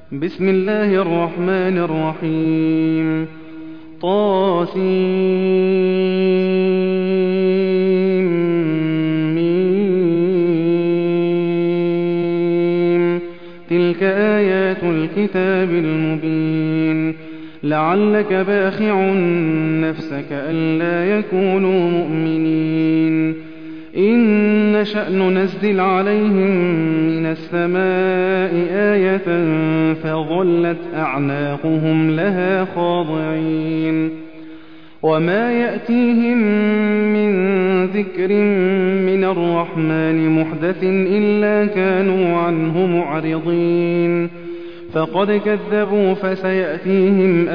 بسم الله الرحمن الرحيم. طاسيم. تلك آيات الكتاب المبين. لعلك باخع نفسك ألا يكونوا مؤمنين. إن نشأ ننزل عليهم من السماء آية فظلت أعناقهم لها خاضعين. وما يأتيهم من ذكر من الرحمن محدث إلا كانوا عنه معرضين. فقد كذبوا فسيأتيهم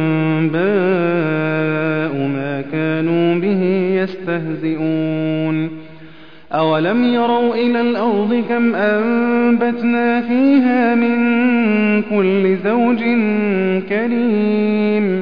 أنباء ما كانوا به يستهزئون. أولم يروا إلى الأرض كم أنبتنا فيها من كل زوج كريم.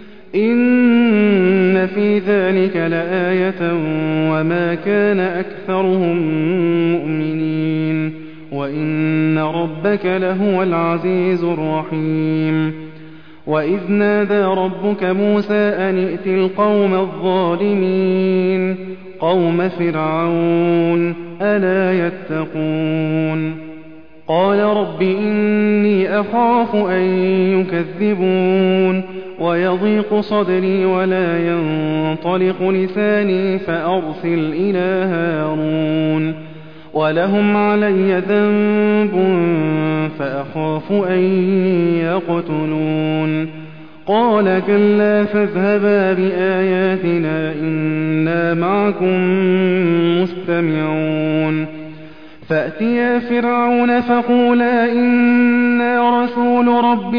إن في ذلك لآية وما كان أكثرهم مؤمنين وإن ربك لهو العزيز الرحيم. وإذ نادى ربك موسى أن ائت القوم الظالمين قوم فرعون ألا يتقون. قال رب إني أخاف أن يكذبون ويضيق صدري ولا ينطلق لساني فأرسل إلى هارون ولهم علي ذنب فأخاف أن يقتلون. قال كلا فاذهبا بآياتنا إنا معكم مستمعون. فأتيا فرعون فقولا إنا رسول رب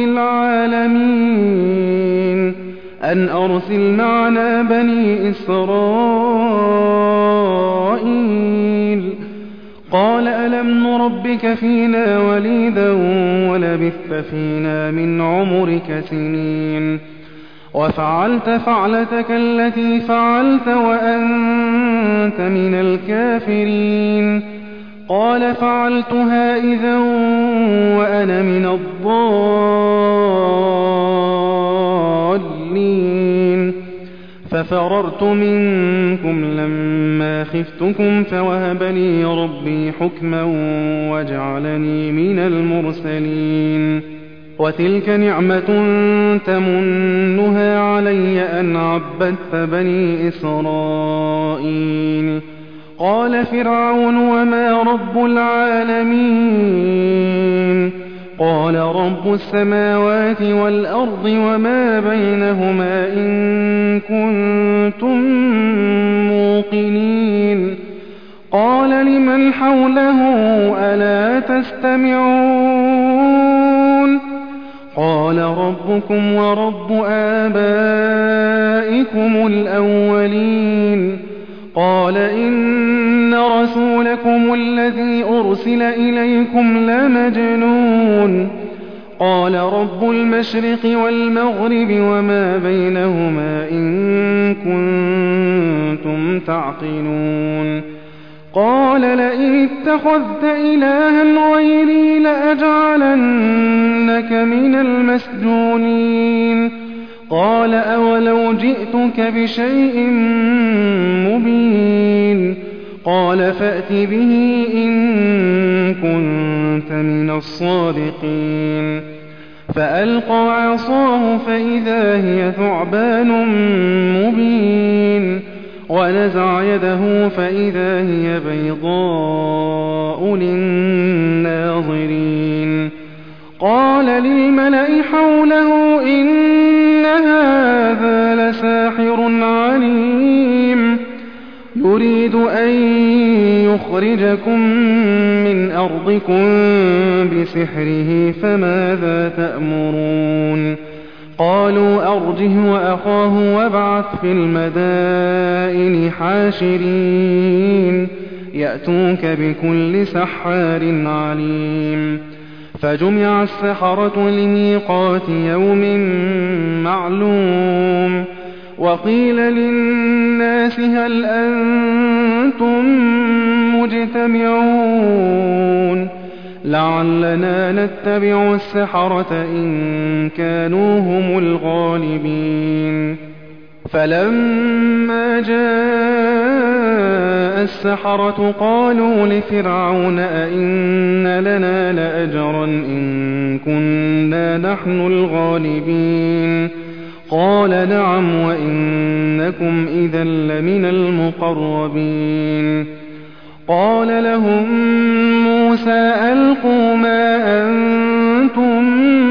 العالمين أن أرسل معنا بني إسرائيل. قال ألم نربك فينا وليدا ولبثت فينا من عمرك سنين وفعلت فعلتك التي فعلت وأنت من الكافرين. قال فعلتها إذا وأنا من الضالين. ففررت منكم لما خفتكم فوهب لي ربي حكما وجعلني من المرسلين. وتلك نعمة تمنها علي أن عبدت بني إسرائيل. قال فرعون وما رب العالمين. قال رب السماوات والأرض وما بينهما إن كنتم موقنين. قال لمن حوله ألا تستمعون. قال ربكم ورب آبائكم الأولين. قال إن رسولكم الذي أرسل إليكم لمجنون. قال رب المشرق والمغرب وما بينهما إن كنتم تعقلون. قال لئن اتخذت إلها غيري لأجعلنك من المسجونين. قال أولو جئتك بشيء مبين. قال فأت به إن كنت من الصادقين. فألقى عصاه فإذا هي ثعبان مبين ونزع يده فإذا هي بيضاء للناظرين. قال للملأ حوله إن هذا لساحر عليم يريد أن يخرجكم من أرضكم بسحره فماذا تأمرون. قالوا أرجه وأخاه وابعث في المدائن حاشرين يأتوك بكل سحار عليم. فجمع السحرة لميقات يوم معلوم. وقيل للناس هل أنتم مجتمعون. لعلنا نتبع السحرة إن كانوا هم الغالبين. فلما جاء السحرة قالوا لفرعون أئن لنا لأجرا إن كنا نحن الغالبين. قال نعم وإنكم إذا لمن المقربين. قال لهم موسى ألقوا ما أنتم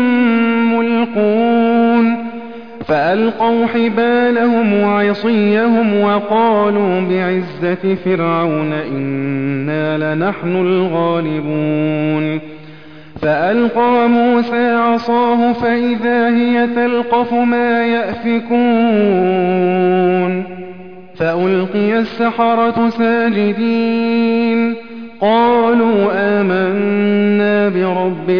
ملقون. فألقوا حبالهم وعصيهم وقالوا بعزة فرعون إنا لنحن الغالبون. فألقى موسى عصاه فإذا هي تلقف ما يأفكون. فألقي السحرة ساجدين قالوا آمنا برب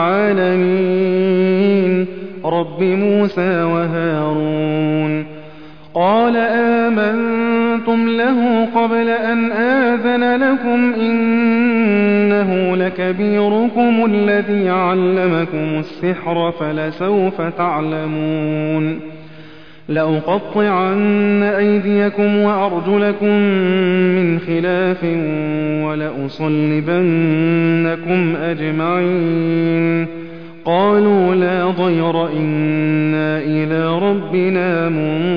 العالمين رب موسى وهارون. قال آمنتم له قبل أن آذن لكم إنه لكبيركم الذي علمكم السحر فلسوف تعلمون. لأقطعن أيديكم وأرجلكم من خلاف ولأصلبنكم أجمعين. قالوا لا ضير إنا إلى ربنا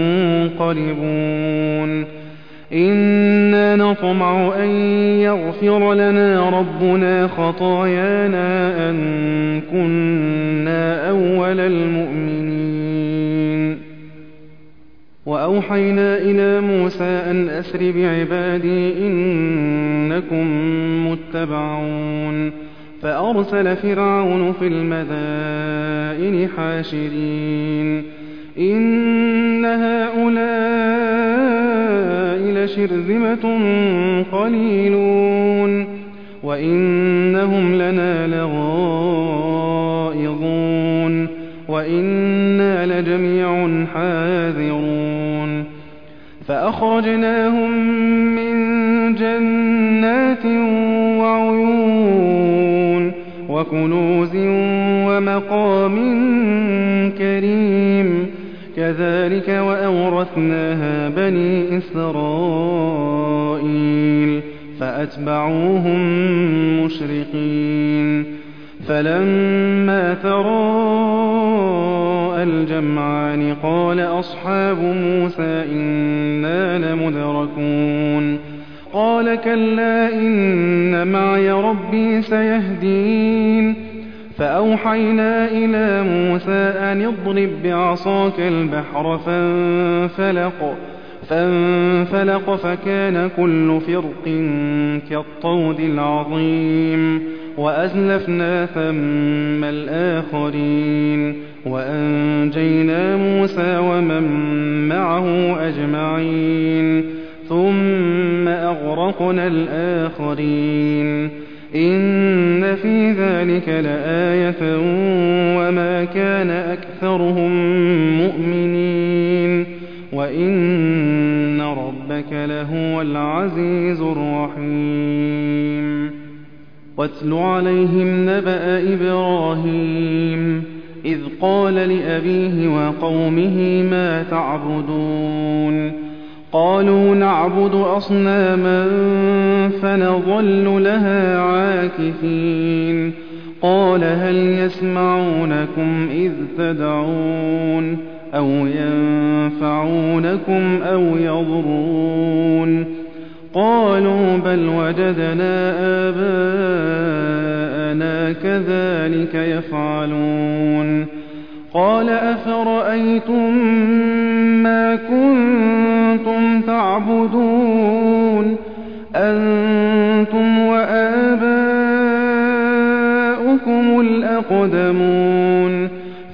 منقلبون. إنا نطمع أن يغفر لنا ربنا خطايانا أن كنا أول المؤمنين. وأوحينا إلى موسى أن أسر بعبادي إنكم متبعون. فأرسل فرعون في المدائن حاشرين إن هؤلاء لشرذمة قليلون وإنهم لنا لغائظون وإنا لجميع حاذرون. فأخرجناهم من جنات وعيون وكنوز ومقام كريم كذلك وأورثناها بني إسرائيل فأتبعوهم مشرقين. فلما تراءى الجمعان قال أصحاب موسى إنا لمدركون. قال كلا إن معي ربي سيهدين. فأوحينا إلى موسى أن اضرب بعصاك البحر فانفلق فكان كل فرق كالطود العظيم. وأزلفنا ثم الآخرين وأنجينا موسى ومن معه أجمعين ثم أغرقنا الآخرين. إن في ذلك لآية وما كان أكثرهم مؤمنين وإن ربك لهو العزيز الرحيم. واتل عليهم نبأ إبراهيم إذ قال لأبيه وقومه ما تعبدون. قالوا نعبد أصناما فنظل لها عاكفين. قال هل يسمعونكم إذ تدعون أو ينفعونكم أو يضرون. قالوا بل وجدنا آباءنا كذلك يفعلون. قال أفرأيتم ما كنتم تعبدون أنتم وآباؤكم الأقدمون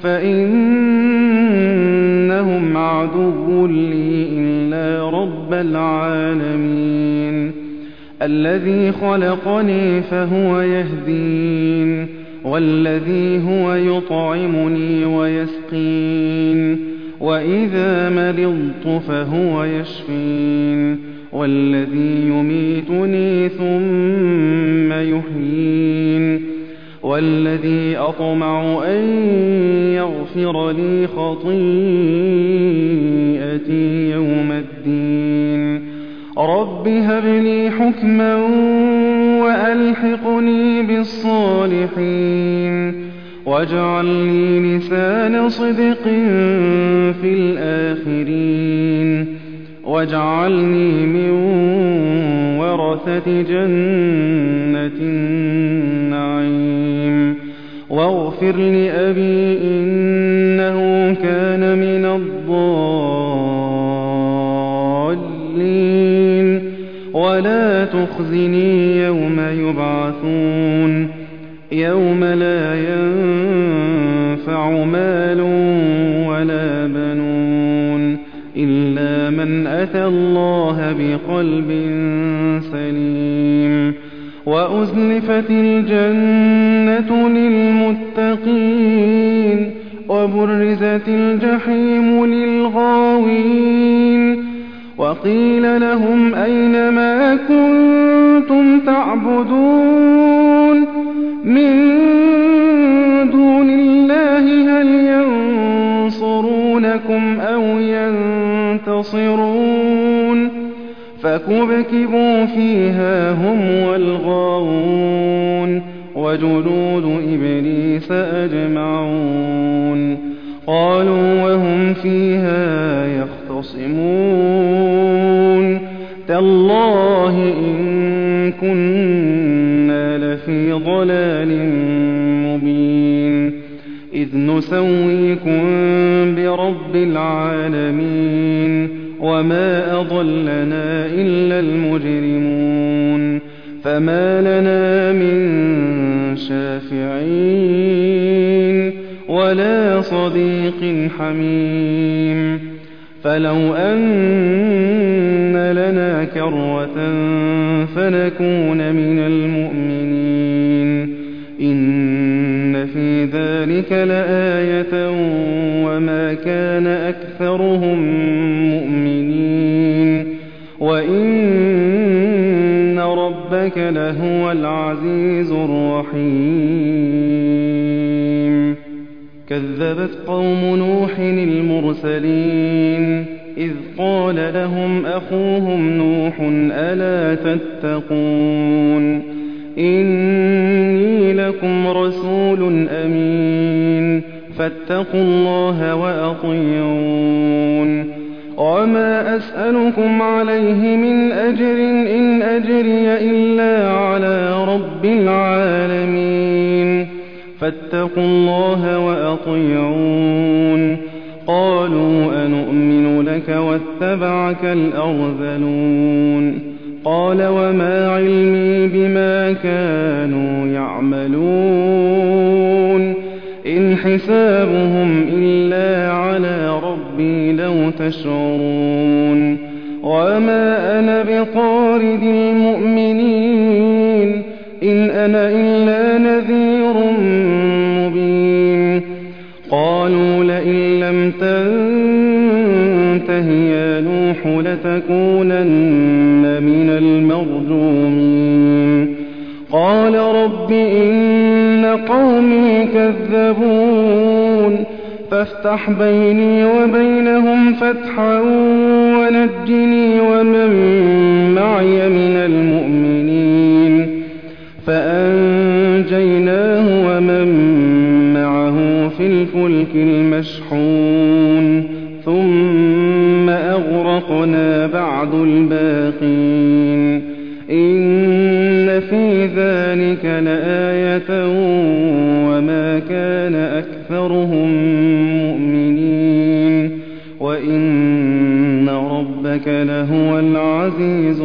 فإنهم عدو لي إلا رب العالمين. الذي خلقني فهو يهدين والذي هو يطعمني ويسقين وإذا مرضت فهو يشفين والذي يميتني ثم يحيين والذي أطمع أن يغفر لي خطيئتي يوم الدين رب هب لي حكما وألحقني بالصالحين واجعل لي لسان صدق في الآخرين واجعلني من ورثة جنة النعيم واغفر لأبي إنه كان من الضالين ولا تخزني يوم يبعثون يوم لا ينفع مال ولا بنون إلا من أتى الله بقلب سليم وأزلفت الجنة للمتقين وبرزت الجحيم للغاوين وقيل لهم أين ما كنتم تعبدون من دون الله هل ينصرونكم أو ينتصرون فكبكبوا فيها هم والغاوون وجنود إبليس أجمعون قالوا وهم فيها يختصمون تالله إن كنا لفي ضلال مبين إذ نسويكم برب العالمين وما أضلنا إلا المجرمون فما لنا من شافعين ولا صديق حميم فلو أن لنا كرة فنكون من المؤمنين إن في ذلك لآية وما كان أكثرهم مؤمنين وإن ربك لهو العزيز الرحيم كذبت قوم نوح المرسلين إذ قال لهم أخوهم نوح ألا تتقون إني لكم رسول أمين فاتقوا الله وأطيعون وما أسألكم عليه من أجر إن أجري إلا على رب العالمين فاتقوا الله وأطيعون قالوا أنؤمن لك واتبعك الأرذلون قال وما علمي بما كانوا يعملون إن حسابهم إلا على ربي لو تشعرون وما أنا بطارد المؤمنين إن أنا إلا نذير مبين قالوا لئن لم تنته يا نوح لتكونن من المرجومين قال رب إن قومي كذبون فافتح بيني وبينهم فتحا ونجني ومن معي من المؤمنين فأنجيناه ومن معه في الفلك المشحون ثم أغرقنا بعد الباقين إن في ذلك لآية وما كان أكثرهم مؤمنين وإن ربك لهو العزيز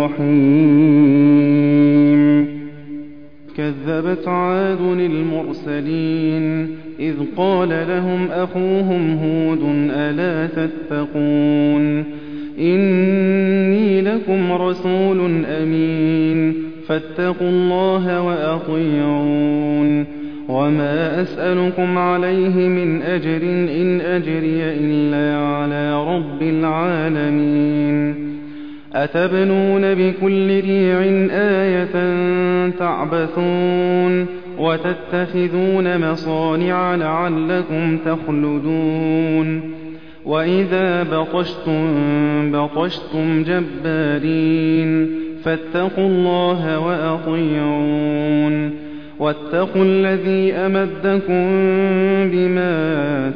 الرحيم كذبت عاد المرسلين إذ قال لهم أخوهم هود ألا تتقون إني لكم رسول أمين فاتقوا الله وأطيعون وما أسألكم عليه من أجر إن أجري إلا على رب العالمين أتبنون بكل ريع آية تعبثون وتتخذون مصانع لعلكم تخلدون وإذا بطشتم بطشتم جبارين فاتقوا الله وأطيعون واتقوا الذي أمدكم بما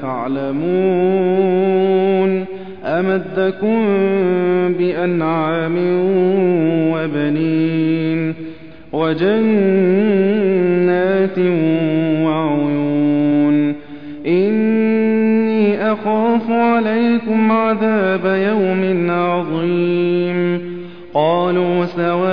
تعلمون أمدكم بأنعام وبنين وجنات وعيون إني أخاف عليكم عذاب يوم عظيم قالوا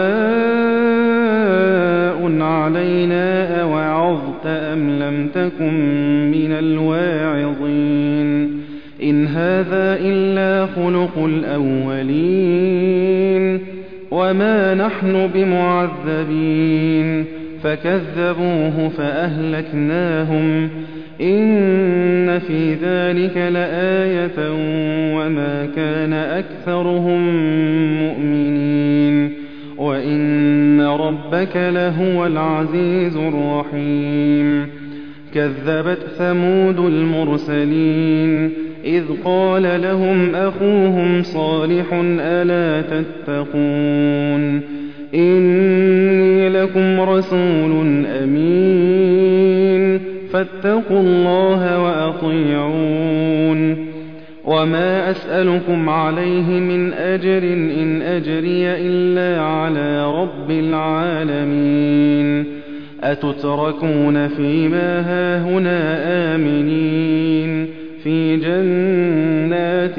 سواء علينا أوعظت أم لم تكن من الواعظين إن هذا إلا خلق الأولين وما نحن بمعذبين فكذبوه فأهلكناهم إن في ذلك لآية وما كان أكثرهم مؤمنين وإن ربك لهو العزيز الرحيم كذبت ثمود المرسلين إذ قال لهم أخوهم صالح ألا تتقون إني لكم رسول أمين فاتقوا الله وأطيعون وما أسألكم عليه من أجر إن أجري إلا على رب العالمين أتتركون فيما هاهنا آمنين في جنات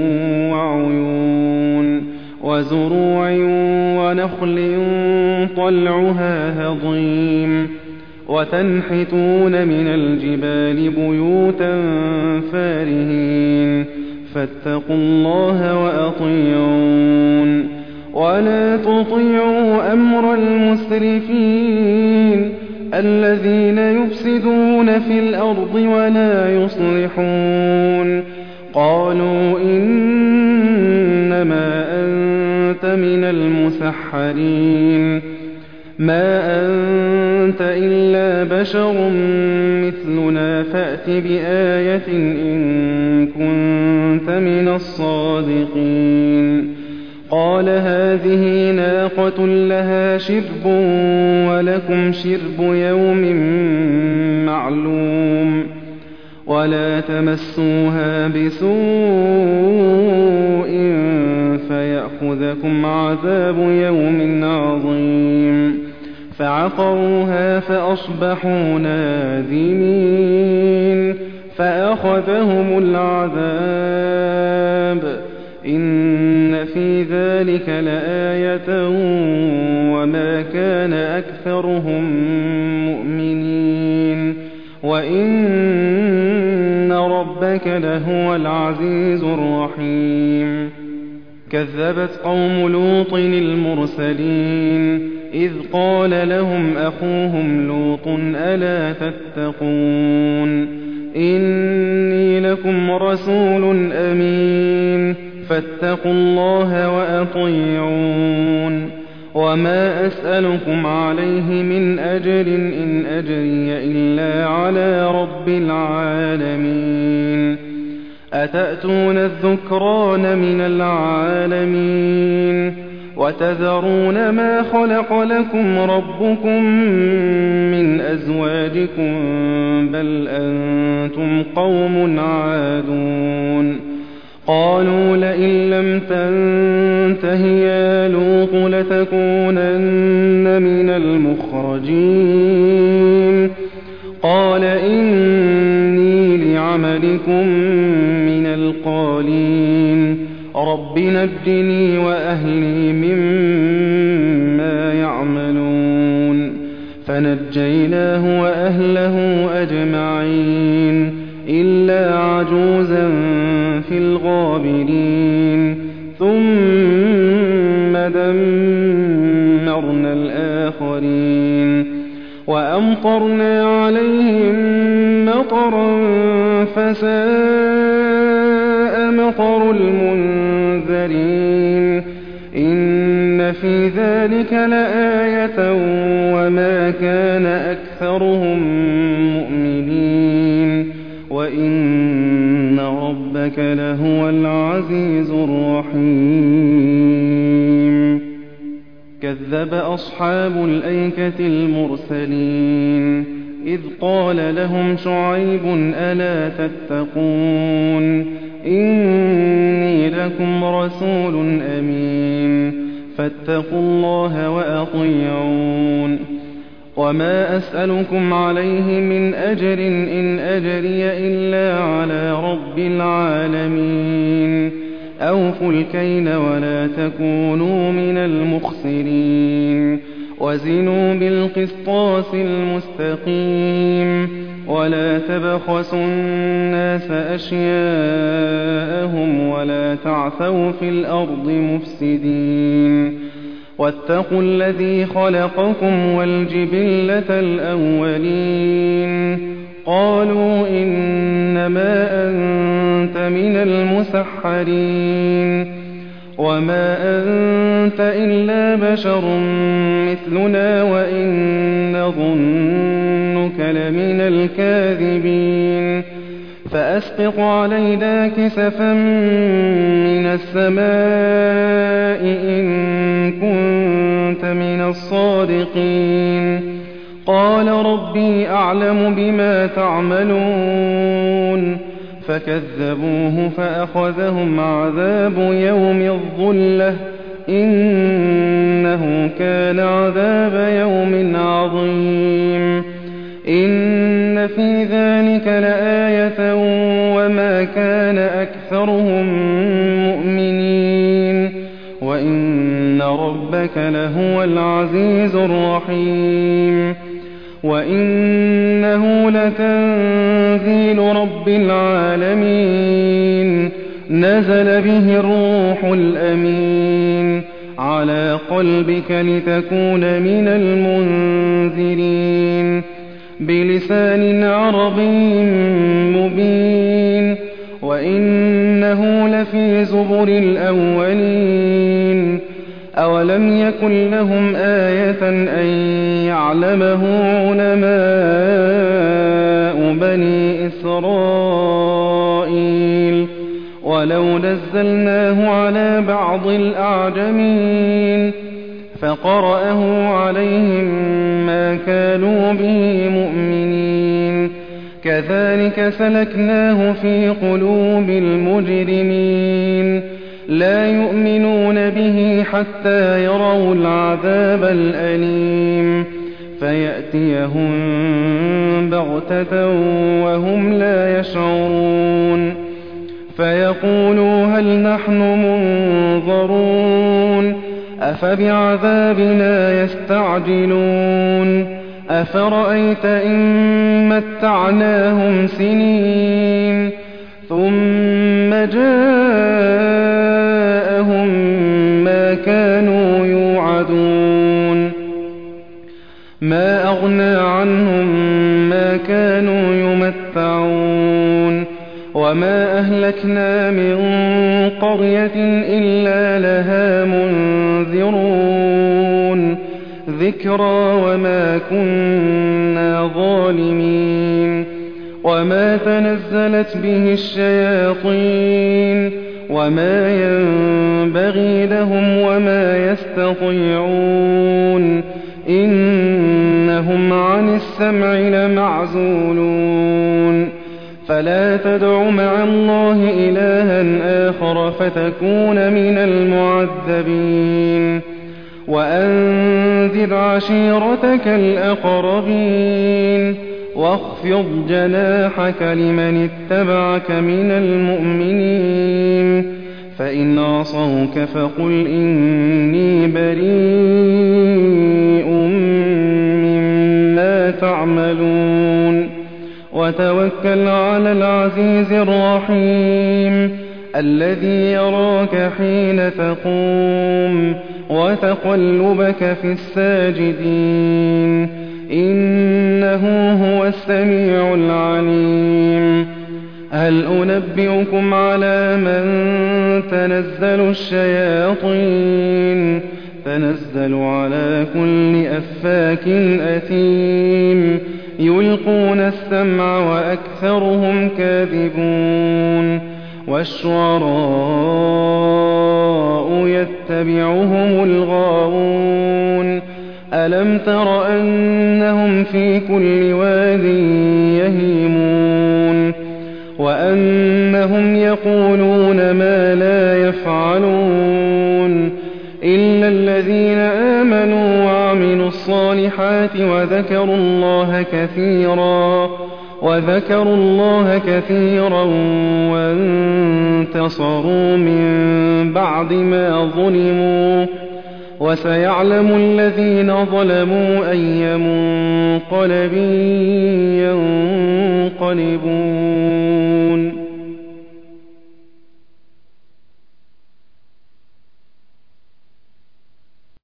وعيون وزروع ونخل طلعها هضيم وتنحتون من الجبال بيوتا فارهين فاتقوا الله وأطيعون ولا تطيعوا أمر المسرفين الذين يفسدون في الأرض ولا يصلحون قالوا إنما أنت من المسحرين ما أنت إلا بشر مثلنا فأت بآية إن كنت من الصادقين قال هذه ناقة لها شرب ولكم شرب يوم معلوم ولا تمسوها بسوء فيأخذكم عذاب يوم عظيم فعقروها فأصبحوا نادمين فأخذهم العذاب إن في ذلك لآية وما كان أكثرهم مؤمنين وإن ربك لهو العزيز الرحيم كذبت قوم لوط المرسلين إذ قال لهم أخوهم لوط ألا تتقون إني لكم رسول أمين فاتقوا الله وأطيعون وما أسألكم عليه من أجر إن أجري إلا على رب العالمين أتأتون الذكران من العالمين وتذرون ما خلق لكم ربكم من أزواجكم بل أنتم قوم عادون قالوا لئن لم تنته يا لوط لتكونن من المخرجين قال إني لعملكم من القالين رب نجني وأهلي مما يعملون فنجيناه وأهله أجمعين إلا عجوزا في الغابرين ثم دمرنا الآخرين وأمطرنا عليهم مطرا فساء مطر المنذرين إن في ذلك لآية وما كان أكثر أكثرهم مؤمنين وإن ربك لهو العزيز الرحيم كذب أصحاب الأيكة المرسلين إذ قال لهم شعيب ألا تتقون إني لكم رسول أمين فاتقوا الله وأطيعون وما أسألكم عليه من أجر إن أجري إلا على رب العالمين أوفوا الكيل ولا تكونوا من المخسرين وزنوا بالقسطاس المستقيم ولا تبخسوا الناس أشياءهم ولا تعثوا في الأرض مفسدين واتقوا الذي خلقكم والجبلة الأولين قالوا إنما أنت من المسحرين وما أنت إلا بشر مثلنا وإن نظنك لمن الكاذبين فأسقط علينا كسفا من السماء إن كنت من الصادقين قال ربي أعلم بما تعملون فكذبوه فأخذهم عذاب يوم الظلة إنه كان عذاب يوم عظيم إن في ذلك لآية وما كان أكثرهم مؤمنين وإن ربك لهو العزيز الرحيم وإنه لتنزيل رب العالمين نزل به الروح الأمين على قلبك لتكون من المنذرين بلسان عربي مبين وإنه لفي زبر الأولين أولم يكن لهم آية أن يعلمه علماء بني إسرائيل ولو نزلناه على بعض الأعجمين فقرأه عليهم ما كانوا به مؤمنين كذلك سلكناه في قلوب المجرمين لا يؤمنون به حتى يروا العذاب الأليم فيأتيهم بغتة وهم لا يشعرون فيقولوا هل نحن منظرون أفبعذابنا يستعجلون أفرأيت إن متعناهم سنين ثم جاءهم ما كانوا يوعدون ما أغنى عنهم ما كانوا يمتعون وما أهلكنا من قرية إلا لها منذرون ذكرى وما كنا ظالمين وما تنزلت به الشياطين وما ينبغي لهم وما يستطيعون إنهم عن السمع لمعزولون فلا تدع مع الله إلها آخر فتكون من المعذبين وأنذر عشيرتك الأقربين واخفض جناحك لمن اتبعك من المؤمنين فإن عصوك فقل إني بريء مما تعملون وتوكل على العزيز الرحيم الذي يراك حين تقوم وتقلبك في الساجدين إنه هو السميع العليم هل أنبئكم على من تنزل الشياطين تنزل على كل أفاك أثيم يلقون السمع وأكثرهم كاذبون والشعراء يتبعهم الغاوون ألم تر أنهم في كل واد يهيمون وأنهم يقولون ما لا يفعلون إلا الذين آمنوا وعملوا الصالحات وذكروا الله كثيرا وانتصروا من بعد ما ظلموا وسيعلم الذين ظلموا أي منقلب ينقلبون